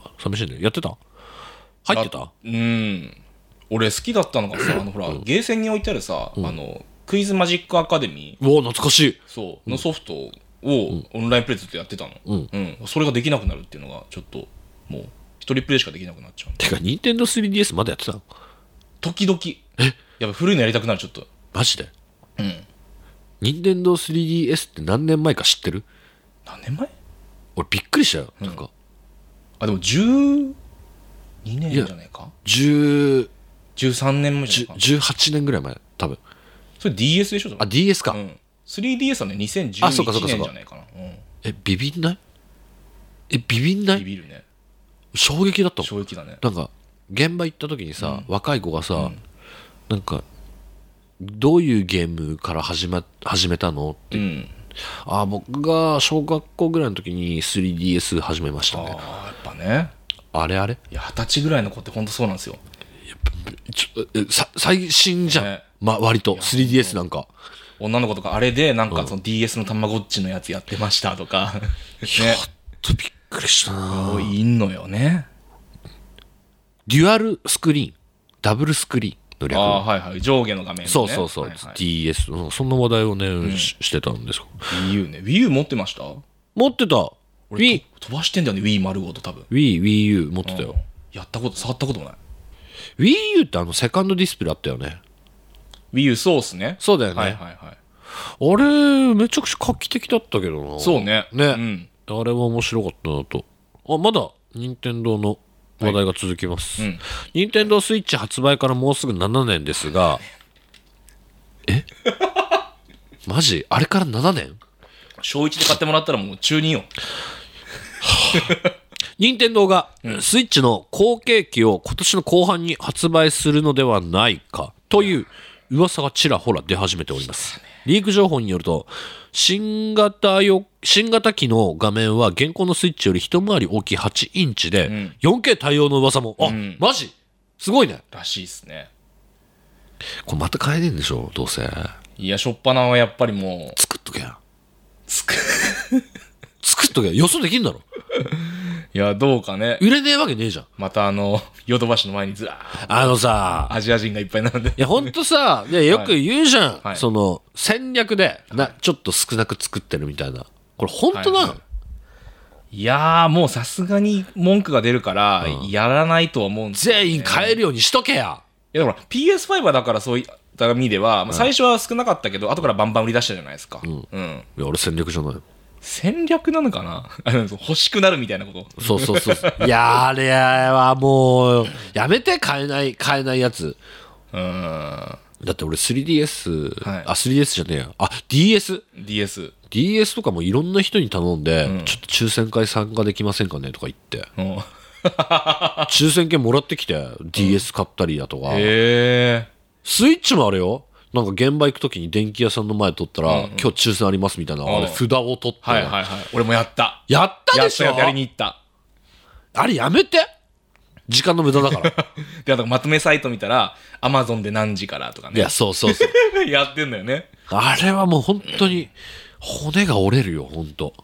寂しいね。やってた？入ってた？ 俺好きだったのがさ、ほら、ゲーセンに置いてあるさ、クイズマジックアカデミー。 懐かしい。 そうのソフトをオンラインプレイずっとやってたの。それができなくなるっていうのがちょっともう一人プレイしかできなくなっちゃう。 てか任天堂 3DS まだやってたの？ 時々。やっぱ古いのやりたくなる、ちょっと。 マジで？任天堂 3DS って何年前か知ってる？ 何年前？ 俺びっくりしたよ。なんかでも12年じゃないか？13年前じゃないか 18年ぐらい前、多分。 それ DS でしょ？ DS か。 3DS はね、2011年じゃないかな。 ビビんない？ビビんない？ ビビるね。 衝撃だったもん。 衝撃だね。 なんか現場行った時にさ、若い子がさ、なんかどういうゲームから始めたのって、僕が小学校ぐらいの時に 3DS 始めましたね。 やっぱね。 あれいや、20歳ぐらいの子って本当そうなんですよ。 最新じゃん、割と 3DS なんか女の子とかあれでなんかその DS のたまごっちのやつやってましたとか、 ちょっとびっくりしたな。 いんのよね。 デュアルスクリーン、ダブルスクリーンの略。 上下の画面ね。 そう、DS そんな話題をね、してたんですよ。 Wii U ね。Wii U 持ってました？ 持ってた。 俺飛ばしてんだよね、Wii 丸ごと多分。 Wii U 持ってたよ。 触ったこともない。 Wii U ってセカンドディスプレイあったよね。 Wii U そうっすね。 そうだよね。あれめちゃくちゃ画期的だったけどな。 そうね。 あれは面白かったなと。まだ任天堂の話題が続きます。任天堂スイッチ発売からもうすぐ7年ですが、マジ？あれから7年？ 小1で買ってもらったらもう中2よ。 任天堂がスイッチの後継機を今年の後半に発売するのではないかという噂がちらほら出始めております。リーク情報によると、新型機の画面は現行のスイッチより一回り大きい8インチで 4K 対応の噂も。マジ？すごいね。 らしいっすね。 これまた買えねえんでしょ、どうせ。 いや、しょっぱなはやっぱりもう作っとけや。作っとけや。予想できんだろ。 いや、どうかね。 売れねえわけねえじゃん。 またヨドバシの前にずらさ、 アジア人がいっぱい並んで。 いや、ほんとさ、よく言うじゃん。その、戦略でちょっと少なく作ってるみたいな。これほんとなの？ いやー、もうさすがに文句が出るから、やらないとは思うんですよね。 全員買えるようにしとけや。 いや、だから PS5 はだからそういった意味では、最初は少なかったけど、後からバンバン売り出したじゃないですか。いや、俺戦略じゃない。 戦略なのかな？欲しくなるみたいなこと。 そう。いや、あれはもう、やめて、買えないやつ。だって俺 3DS、3DS じゃねえや。DS とかもいろんな人に頼んで、ちょっと抽選会参加できませんかねとか言って。抽選券もらってきて、DS 買ったりだとか。スイッチもあれよ。なんか現場行くときに電気屋さんの前取ったら、今日抽選ありますみたいな、札を取って。 俺もやった。 やったでしょ？ やりに行った。 あれやめて。時間の無駄だから。 で、あとまとめサイト見たら、Amazon で何時からとかね。 いや、そう。 やってんだよね。 あれはもう本当に、骨が折れるよ、本当。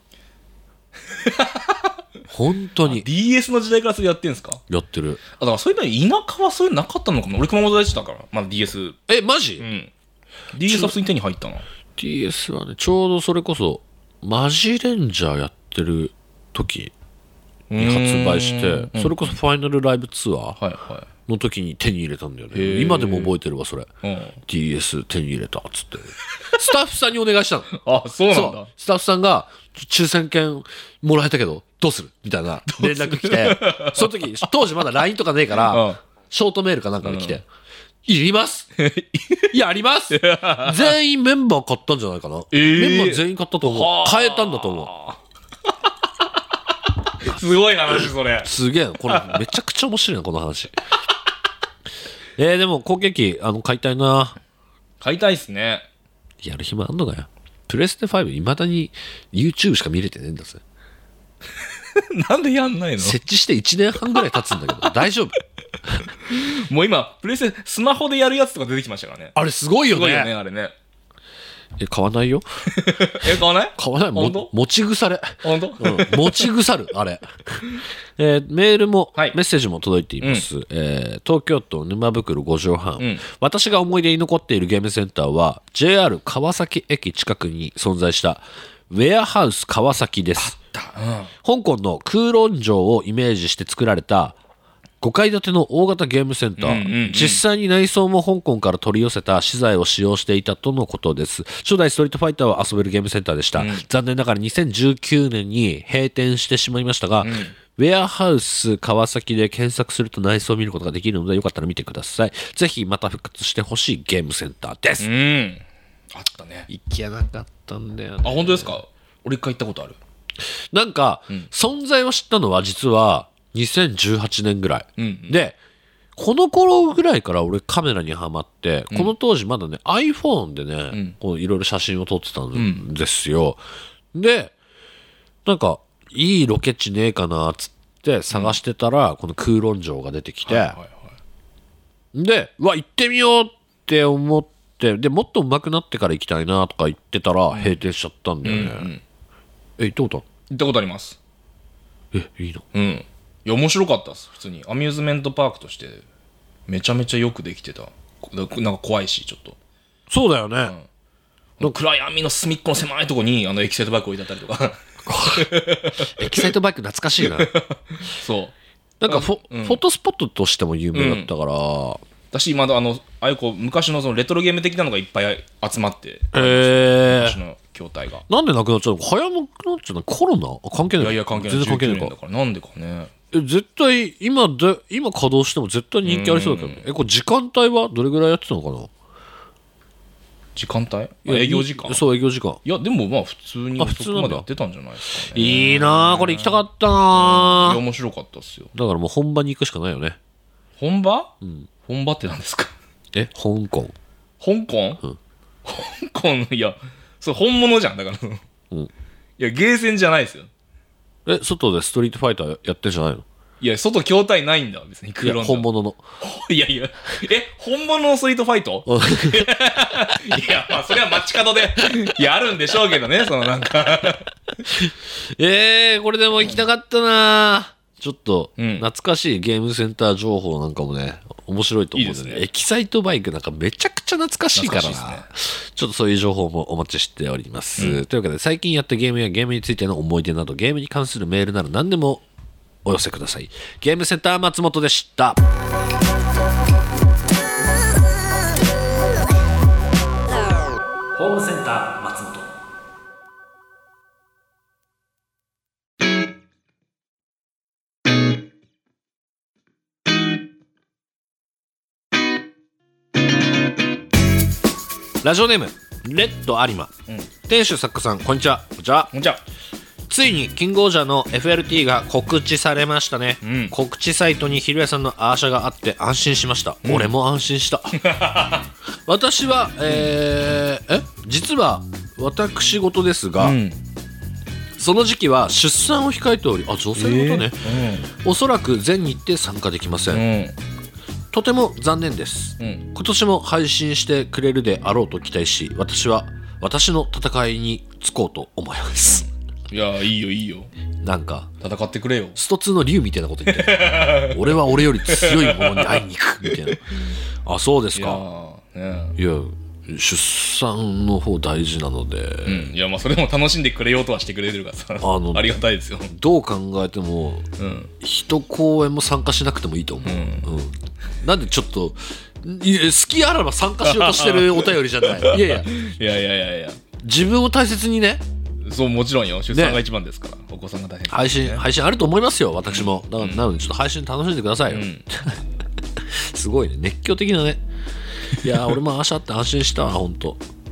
本当に。 DS の時代からそれやってんすか？ やってる。 だからそういうの田舎はそういうのなかったのかな。俺熊本でしたから、まだ DS。 マジ ？DS は普通に手に入ったな。 DS はね、ちょうどそれこそ、マジレンジャーやってる時に発売して、それこそファイナルライブツアーの時に手に入れたんだよね。今でも覚えてるわそれ、DS 手に入れたっつってスタッフさんにお願いしたの。 あ、そうなんだ。 スタッフさんが抽選券もらえたけどどうするみたいな連絡来てその時当時まだ LINE とかねえからショートメールかなんかが来て、いりますやります全員メンバー買ったんじゃないかな、メンバー全員買ったと思う。変えたんだと思う。 すごい話それ。 すげえ、これめちゃくちゃ面白いなこの話でも後継機買いたいな。 買いたいっすね。 やる暇あんのかよ。プレステ5いまだに YouTube しか見れてねえんだぜなんでやんないの。 設置して1年半ぐらい経つんだけど大丈夫もう今プレステスマホでやるやつとか出てきましたからね。 あれすごいよね。 すごいよねあれね。 買わないよ買わない？ 買わない。持ち腐れ。 本当？ 持ち腐るあれメールも、 はい、 メッセージも届いています、東京都沼袋5畳半、私が思い出に残っているゲームセンターは JR 川崎駅近くに存在したウェアハウス川崎です。香港の空論城をイメージして作られた5階建ての大型ゲームセンター、実際に内装も香港から取り寄せた資材を使用していたとのことです。初代ストリートファイターを遊べるゲームセンターでした、残念ながら2019年に閉店してしまいましたが、ウェアハウス川崎で検索すると内装を見ることができるのでよかったら見てください。ぜひまた復活してほしいゲームセンターです。 あったね。 行けなかったんだよね。 あ、本当ですか。俺一回行ったことある。 なんか、存在を知ったのは実は2018年ぐらい、でこの頃ぐらいから俺カメラにはまって、この当時まだね iPhone でね、こういろいろ写真を撮ってたんですよ、でなんかいいロケ地ねえかなっつって探してたら、この空論城が出てきて、でうわ行ってみようって思って、でもっと上手くなってから行きたいなとか言ってたら閉店しちゃったんだよね、行ったことある？ 行ったことあります。 いいの？ いや面白かったです。普通にアミューズメントパークとしてめちゃめちゃよくできてた。なんか怖いしちょっと。 そうだよね、 暗闇の隅っこの狭いとこにエキサイトバイク置いてあったりとかエキサイトバイク懐かしいなそうなんかフォトスポットとしても有名だったから、 私今ああいう昔のそのレトロゲーム的なのがいっぱい集まって昔の筐体がなんでなくなっちゃうの？早なくなっちゃうの？コロナ？関係ない。 いや関係ない。 全然関係ないか。 だからなんでかね。 絶対今稼働しても絶対人気ありそうだけどね。これ時間帯はどれぐらいやってたのかな？ 時間帯？営業時間？ そう営業時間。 いやでもまあ普通に遅くまでやってたんじゃないですかね。 いいなこれ行きたかったな。 面白かったっすよ。 だからもう本場に行くしかないよね。 本場？本場って何ですか？ 香港？ 香港？香港いやそれ本物じゃんだから。いやゲーセンじゃないですよ。 外でストリートファイターやってんじゃないの？ いや外筐体ないんだ別に。 いや本物の。 いや本物のストリートファイトいやまあそれは街角でやるんでしょうけどね。そのなんかこれでも行きたかったな。ちょっと懐かしいゲームセンター情報なんかもね面白いと思うんでね。エキサイトバイクなんかめちゃくちゃ懐かしいからな、ちょっとそういう情報もお待ちしております、というわけで最近やったゲームやゲームについての思い出などゲームに関するメールなら何でもお寄せください。ゲームセンター松本でした。 ホームセンター松本。 ラジオネームレッド有馬、店主作家さんこんにちは。こんにちは。 こんにちは。 ついにキングオージャーの FLT が告知されましたね、告知サイトにひろやさんのアーシャがあって安心しました、俺も安心した私は、実は私事ですが、その時期は出産を控えており、女性のことね、おそらく全日程参加できません、とても残念です、今年も配信してくれるであろうと期待し、私は私の戦いにつこうと思います、 いやいいよなんか戦ってくれよ。 スト2の竜みたいなこと言って俺は俺より強いものに会いに行くみたいな。そうですか。 いや、 いや出産の方大事なので、 いやまあそれでも楽しんでくれようとはしてくれてるからさ、ありがたいですよ。 どう考えても、一公演も参加しなくてもいいと思う、なんでちょっと好きあらば参加しようとしてるお便りじゃないいや自分を大切にね。 そうもちろんよ、出産が一番ですから、お子さんが大変、 配信あると思いますよ私も。だからなのでちょっと配信楽しんでくださいよ、すごいね、熱狂的なね。いや俺も足あって安心したわ本当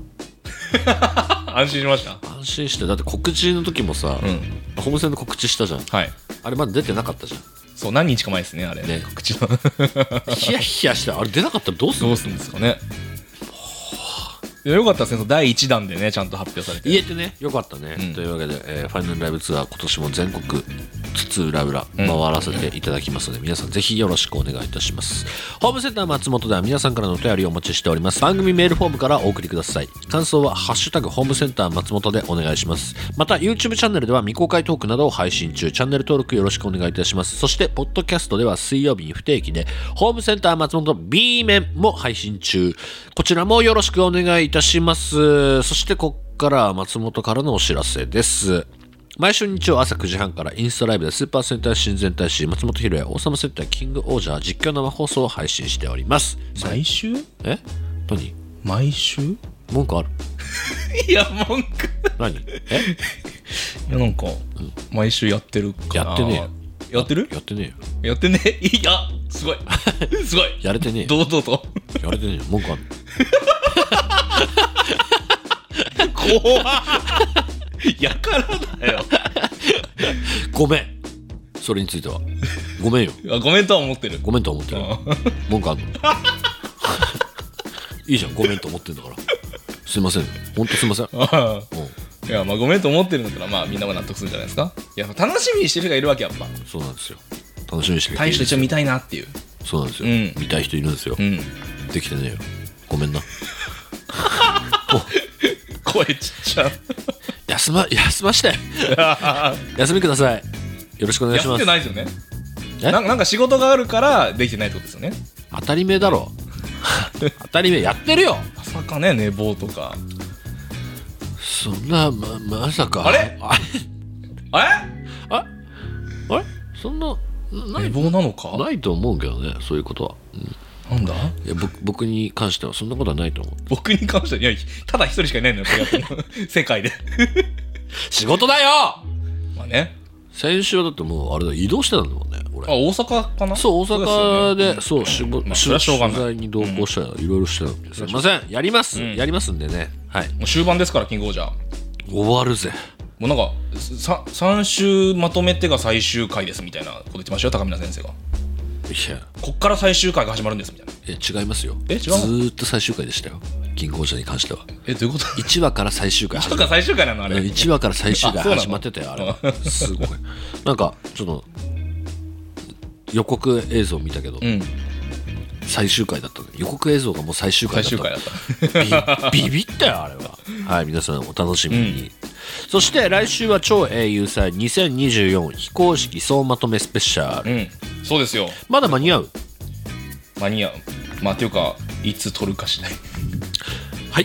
安心しました。 安心して。だって告知の時もさ、ホームセンの告知したじゃん、あれまだ出てなかったじゃん。 そう何日か前ですねあれね、告知のヒヤヒヤして、あれ出なかったらどうするんですかね。よかったですね、第1弾でねちゃんと発表されて言えてね、よかったね、というわけで、ファイナルライブツアー今年も全国津々浦々回らせていただきますので、皆さんぜひよろしくお願いいたします。ホームセンター松本では皆さんからのお便りをお待ちしております。番組メールフォームからお送りください。感想はハッシュタグホームセンター松本でお願いします。また YouTube チャンネルでは未公開トークなどを配信中、チャンネル登録よろしくお願いいたします。そしてポッドキャストでは水曜日に不定期でホームセンター松本 B 面も配信中、こちらもよろしくお願いいたします。そしてこっから松本からのお知らせです。毎週日曜朝9時半からインスタライブでスーパー戦隊親善大使松本ひろや王様戦隊キングオージャー実況生放送を配信しております。 毎週？ 何？ 毎週？ 文句ある？ いや文句何？ いやなんか、毎週やってるかな。 やってねえよ。 やってる？ やってねえよ。やってねえ。いやすごいすごいやれてねえよ。 堂々とやれてねえよ。文句ある？ 怖っやからだよごめん、それについてはごめんよ。 ごめんとは思ってる。 ごめんとは思ってる。文句あんの？いいじゃん、ごめんと思ってんだから。すいません、ほんとすいません。 いやまあごめんと思ってるんだったら、まあみんなも納得するんじゃないですか。いや楽しみにしてる人がいるわけ、やっぱ。 そうなんですよ、楽しみにしてる人大使と一応見たいなっていう。 そうなんですよ、見たい人いるんですよ、できてねえよ、ごめんな声ちっちゃ休まして休みください、よろしくお願いします。 休んでないですよね。なんか仕事があるからできてないってことですよね。 当たり前だろ当たり前、やってるよ。 まさかね、寝坊とかそんな、まさか。 あれそんな寝坊なのか。 ないと思うけどね、そういうことは。 なんだ。 いや僕に関してはそんなことはないと思う。 僕に関しては、いやただ一人しかいないのよ、これやってる世界で仕事だよ。 まあね、 先週はだってもうあれだ、移動してたんだもんね、俺。 大阪かな。 そう、大阪で、そう、取材に同行したらいろいろしてたんで、すいません、やりますんでね。はい、 もう終盤ですから、キングオージャー終わるぜ。 もうなんか3週まとめてが最終回ですみたいなこと言ってましたよ、高見先生が。 いや、 こっから最終回が始まるんですみたいな。 違いますよ。 違うの？ ずーっと最終回でしたよ、キングオージャーに関しては。 どういうこと ？1話から最終回 1話から最終回なのあれ。 1話から最終回始まってたよ、あれは。すごい。なんかちょっと予告映像見たけど、最終回だったね。予告映像がもう最終回だった。ビビったよあれは。はい、皆さんお楽しみに。そして来週は超英雄祭2024非公式総まとめスペシャル。 そうですよ。 まだ間に合う？ 間に合う。まあっていうかいつ撮るかしない。 はい、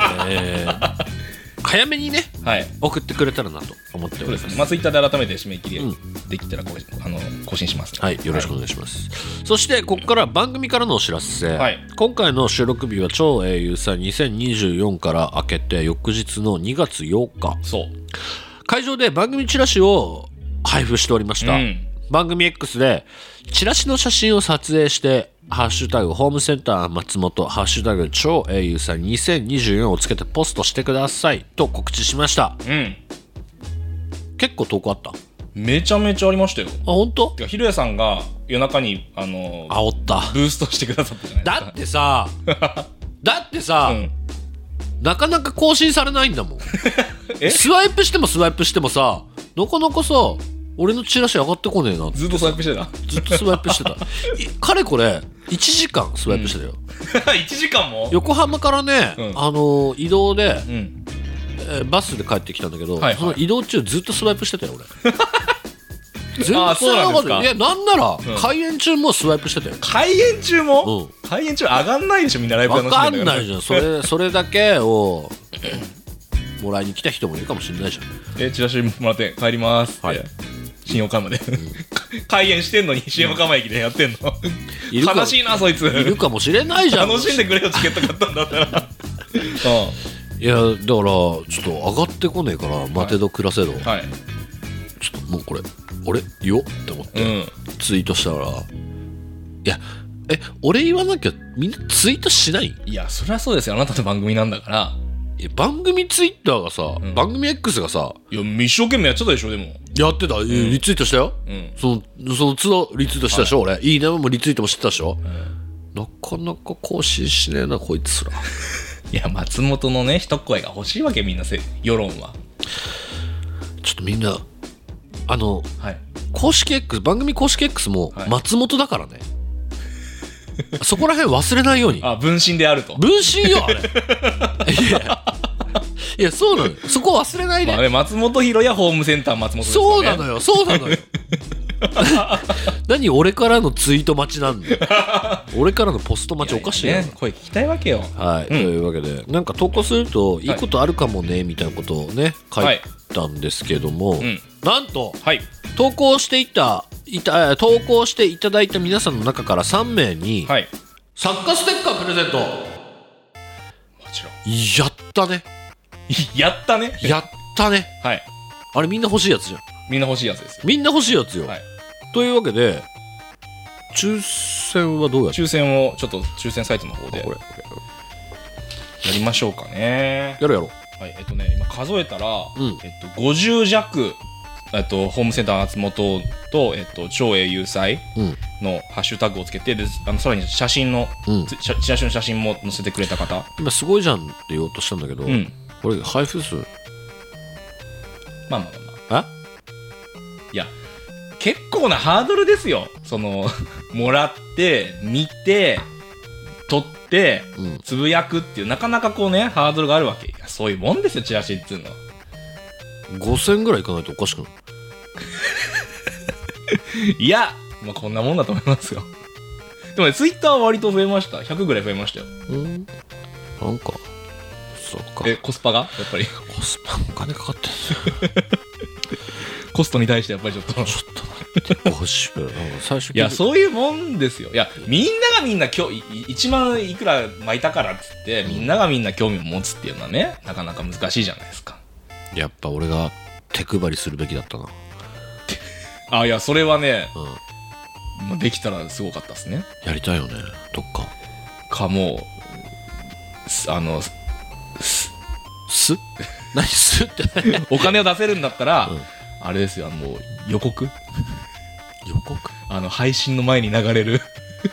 早めにね、送ってくれたらなと思っております。 まあツイッターで改めて締め切りできたら更新します。 はい、よろしくお願いします。そしてここから番組からのお知らせ。今回の収録日は超英雄祭2024から明けて翌日の2月8日。 そう。 会場で番組チラシを配布しておりました。番組 X でチラシの写真を撮影してハッシュタグホームセンター松本ハッシュタグ超英雄祭2024をつけてポストしてくださいと告知しました。結構投稿あった？ めちゃめちゃありましたよ。 あ、本当？ ひろやさんが夜中に煽ったブーストしてくださったじゃないですか。 だってさ、なかなか更新されないんだもんスワイプしてもさ、なかなかさ俺のチラシ上がってこねえなって。 ずっとスワイプしてた。 ずっとスワイプしてたかれこれ1時間スワイプしてたよ、 1時間も横浜からね、移動で、バスで帰ってきたんだけど、その移動中ずっとスワイプしてたよ俺全然なかったよ。いやなんなら開演中もスワイプしてたよ。 開演中も、開演中上がんないでしょ、みんなライブ楽しんでるんだから。分かんないじゃん。それだけをもらいに来た人もいるかもしれないじゃん。 チラシもらって帰りますって、新岡山で開演してんのに新岡山駅でやってんの悲しいな、そいつ。いるかもしれないじゃん。 楽しんでくれよ、チケット買ったんだったらいやだからちょっと上がってこねえから待てど暮らせど、ちょっともうこれ俺よって思って、ツイートしたら、いや俺言わなきゃみんなツイートしない？ いやそりゃそうですよ、あなたの番組なんだから。 いや番組ツイッターがさ、番組 X がさ、 いや一生懸命やってたでしょ。でもやってた、リツイートしたよ、その都度リツイートしたでしょ、俺いいねもリツイートもしてたでしょ、なかなか更新しねえなこいつら。 いや松本のね一声が欲しいわけ、みんな世論は。 ちょっとみんな公式 X 番組公式 X も松本だからね、そこら辺忘れないように。 分身であると。 分身よあれ。いやそうなのよ、そこ忘れないで。 松本ひろやホームセンター松本ですからね。そうなのよ何俺からのツイート待ちなんだよ。俺からのポスト待ちおかしいよね。 声聞きたいわけよ。 はい、というわけでなんか投稿するといいことあるかもねみたいなことをね書いたんですけども、なんと投稿していただいた皆さんの中から3名に作家ステッカープレゼント。もちろんやったねやったね。 はい、あれみんな欲しいやつじゃん。 みんな欲しいやつです。 みんな欲しいやつよ、というわけで抽選はどうやって？ 抽選をちょっと抽選サイトの方でやりましょうかね。 やろう。 今数えたら、50弱ホームセンター松本と、超英雄祭のハッシュタグをつけて、でさらに写真の、チラシの写真も載せてくれた方。 今すごいじゃんって言おうとしたんだけど、これ配布数まあいや結構なハードルですよ。もらって見て撮ってつぶやくっていう、なかなかこうねハードルがあるわけ。そういうもんですよチラシっていうのは。 5000ぐらいいかないとおかしくない？ いや、こんなもんだと思いますよ。でもね、ツイッターは割と増えました。100ぐらい増えましたよ。 なんかそうか。 コスパがやっぱりコスパお金かかってるコストに対してやっぱりちょっと待って最初いやそういうもんですよ。いやみんながみんな1万いくら巻いたからっつって、みんながみんな興味を持つっていうのはね、なかなか難しいじゃないですか。 やっぱ俺が手配りするべきだったな。 いやそれはね、できたらすごかったですね。 やりたいよね。どっかもう何すってお金を出せるんだったら、あれですよ、予告配信の前に流れる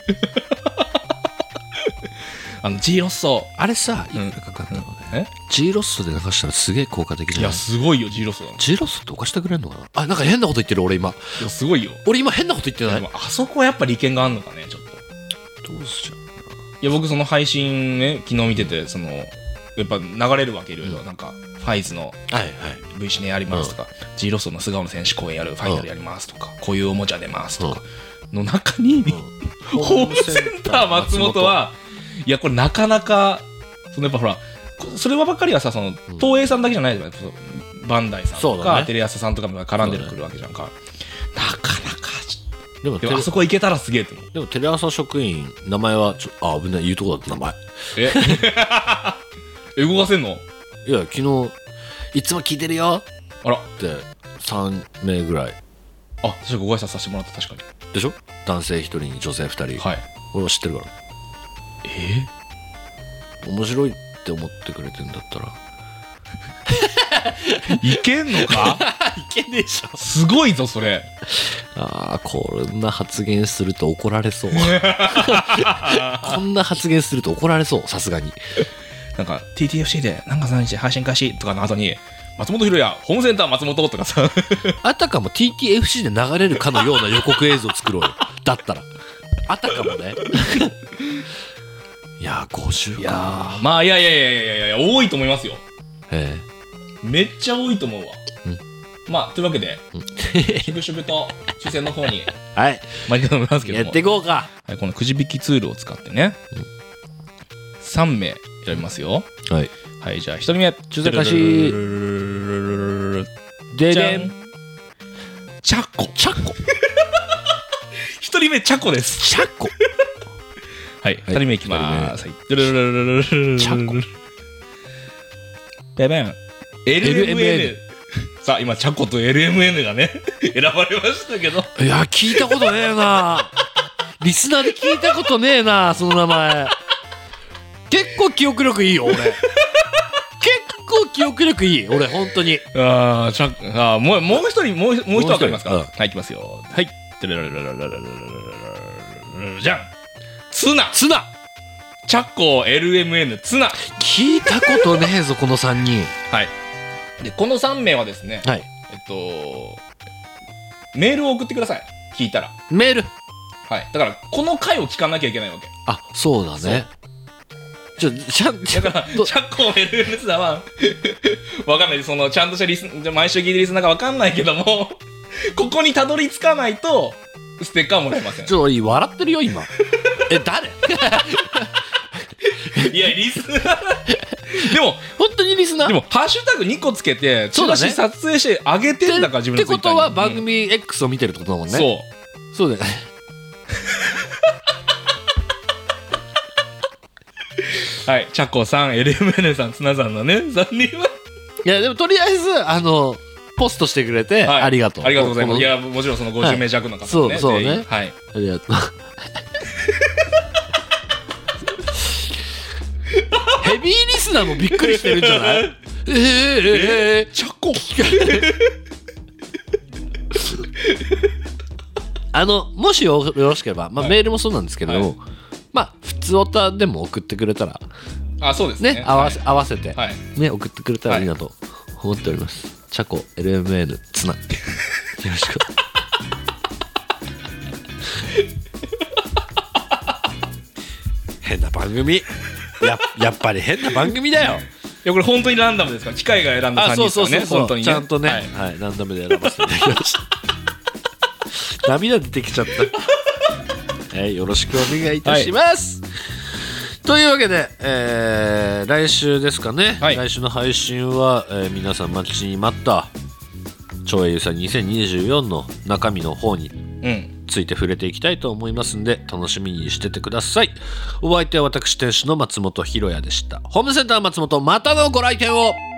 G ロッソあれさ、いくらかかったのね。G ロッソで流したらすげえ効果的じゃない？ いやすごいよ G ロッソ。 G ロッソってお貸してくれんのかな。なんか変なこと言ってる俺今。 いやすごいよ。 俺今変なこと言ってない？ あそこはやっぱ利権があんのかね、ちょっと。どうしよう。 いや僕その配信ね昨日見てて、やっぱ流れるわけ、いろいろなんかファイズの V シネやりますとか、G ロッソの菅野選手公演やるファイナルやりますとか、こういうおもちゃ出ますとかの中に、ホームセンター松本は、いやこれなかなかやっぱほらそればっかりはさ、東映さんだけじゃないじゃないですか。バンダイさんとか、テレ朝さんとかも絡んでくるわけじゃんか。なかなかでもあそこ行けたらすげえと思う。 でもテレ朝職員名前は危ない、言うとこだった名前。 動かせんの？ いや昨日いつも聞いてるよって 3名ぐらい。 私はご挨拶させてもらった。確かにでしょ。男性1人に女性2人。俺は知ってるから。面白いって思ってくれてんだったらいけんのか？ いけねえでしょ。 すごいぞそれ。 こんな発言すると怒られそうこんな発言すると怒られそう、さすがに。 なんか TTFC で何月何日配信開始とかの後に松本ひろやホームセンター松本とかさあたかも TTFC で流れるかのような予告映像作ろうよだったらあたかもねいや50か。 いや多いと思いますよ。 めっちゃ多いと思うわ。というわけで、 渋々と抽選の方にはい参りたいと思いますけども、 やっていこうか。 はい、このくじ引きツールを使ってね、3名選びますよ。 はい、 はい、じゃあ1人目抽選開始ででん。 チャコ1人目チャコです。 チャコはい、2人目いきまーす。チャコベベン LMN。 さあ今チャコと LMN がね選ばれましたけど、 いや聞いたことねえなリスナーで聞いたことねえなその名前。結構記憶力いいよ俺結構記憶力いい俺本当に。 もう一人もう一わかりますか。はい、いきますよ。はい、じゃん。ツナチャコ LMN ツナ。 聞いたことねえぞこの3人。 はい。でこの3名はですね、 はい、 メールを送ってください。聞いたらメール。 はい、だからこの回を聞かなきゃいけないわけ。 あ、そうだね。だからチャコ LMN ツナはわかんない。そのちゃんとした毎週聞いてるリスナーがわかんないけどもここにたどり着かないとステッカーもらえません。 笑ってるよ今誰いやリスナーでも本当にリスナー。でもハッシュタグ2個つけてチラシ撮影してあげてんだから自分のツイッターに。 ってことは番組 X を見てるってことだもんね。そうだよねはい、チャコさん LMN さんツナさんのね3人は。 いやでもとりあえずポストしてくれて、はい、ありがとう。 ありがとうございます。いやもちろんその50名弱の方ね、 はい、そうね、 はい、 ありがとうヘビーリスナーもびっくりしてるんじゃないチャコもしよろしければ、メールもそうなんですけど、はい、普通オタでも送ってくれたら、 そうですね、 合わせて、 はい、 ね、送ってくれたらいいなと思っております。チャコ LMN ツナよろしく変な番組やっぱり変な番組だよ。 いやこれ本当にランダムですから、機械が選んだ3人ですよね。 そう本当にね、 ちゃんとね、はい、ランダムで選ばせていただきました涙出てきちゃった、はい、よろしくお願いいたします、はい、というわけで、来週ですかね、はい、来週の配信は、皆さん待ちに待った超英雄さん2024の中身の方について触れていきたいと思いますんで、楽しみにしててください。お相手は私店主の松本ひろやでした。ホームセンター松本、またのご来店を。